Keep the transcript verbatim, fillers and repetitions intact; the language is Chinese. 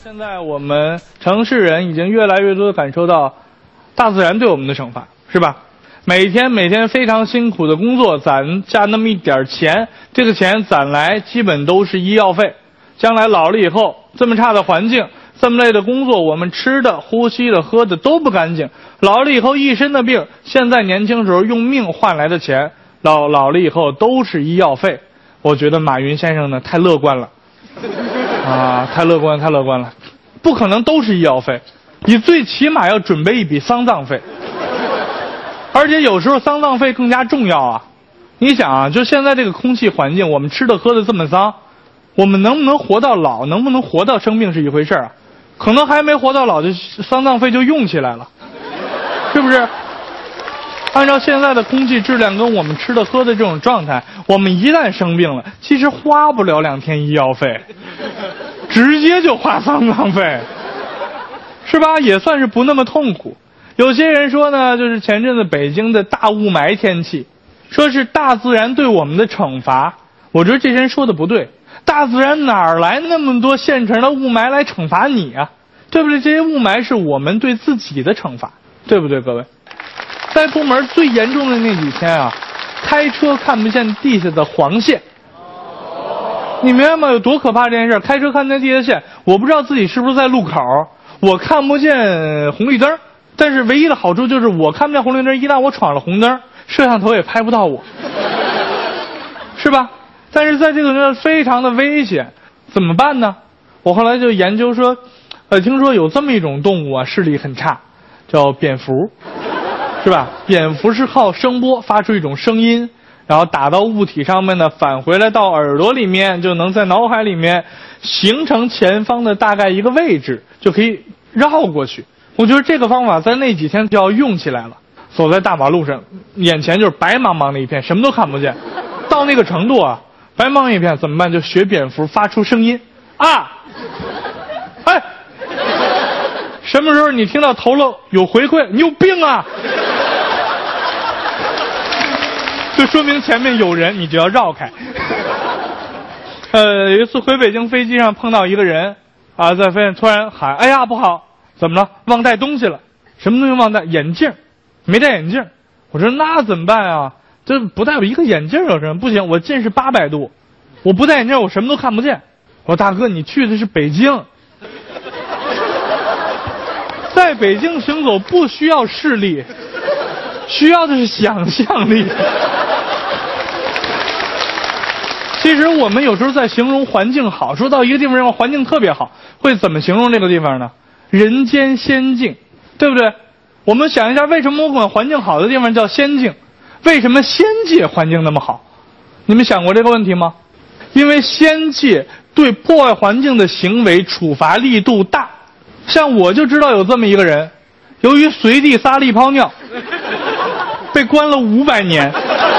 现在我们城市人已经越来越多的感受到大自然对我们的惩罚，是吧？每天每天非常辛苦的工作，攒下那么一点钱，这个钱攒来基本都是医药费。将来老了以后，这么差的环境，这么累的工作，我们吃的、呼吸的、喝的都不干净，老了以后一身的病，现在年轻时候用命换来的钱，老老了以后都是医药费。我觉得马云先生呢太乐观了，啊，太乐观，太乐观了，不可能都是医药费，你最起码要准备一笔丧葬费。而且有时候丧葬费更加重要啊！你想啊，就现在这个空气环境，我们吃的喝的这么脏，我们能不能活到老，能不能活到生病是一回事啊，可能还没活到老，就丧葬费就用起来了，是不是？按照现在的空气质量跟我们吃的喝的这种状态，我们一旦生病了，其实花不了两天医药费，直接就花丧葬费，是吧？也算是不那么痛苦。有些人说呢，就是前阵子北京的大雾霾天气，说是大自然对我们的惩罚。我觉得这些人说的不对，大自然哪来那么多现成的雾霾来惩罚你啊？对不对？这些雾霾是我们对自己的惩罚，对不对，各位？在出门最严重的那几天啊，开车看不见地下的黄线，你明白吗？有多可怕这件事？开车看不见地下线，我不知道自己是不是在路口，我看不见红绿灯。但是唯一的好处就是我看不见红绿灯，一旦我闯了红灯，摄像头也拍不到我，是吧？但是在这个地非常的危险，怎么办呢？我后来就研究说，呃，听说有这么一种动物啊，视力很差，叫蝙蝠，是吧？蝙蝠是靠声波发出一种声音，然后打到物体上面呢，返回来到耳朵里面，就能在脑海里面形成前方的大概一个位置，就可以绕过去。我觉得这个方法在那几天就要用起来了。走在大马路上，眼前就是白茫茫的一片，什么都看不见。到那个程度啊，白茫茫一片怎么办？就学蝙蝠发出声音啊！哎，什么时候你听到头了有回馈，你有病啊！就说明前面有人，你就要绕开。呃，有一次回北京飞机上碰到一个人啊，在飞机突然喊：“哎呀，不好！”怎么了？忘带东西了？什么东西忘带？眼镜，没带眼镜。我说那怎么办啊？这不带我一个眼镜有什么？不行，我近视八百度，我不戴眼镜我什么都看不见。我说大哥，你去的是北京，在北京行走不需要视力，需要的是想象力。其实我们有时候在形容环境好，说到一个地方环境特别好，会怎么形容这个地方呢？人间仙境，对不对？我们想一下，为什么我管环境好的地方叫仙境？为什么仙界环境那么好？你们想过这个问题吗？因为仙界对破坏环境的行为处罚力度大。像我就知道有这么一个人，由于随地撒了一泡尿，被关了五百年。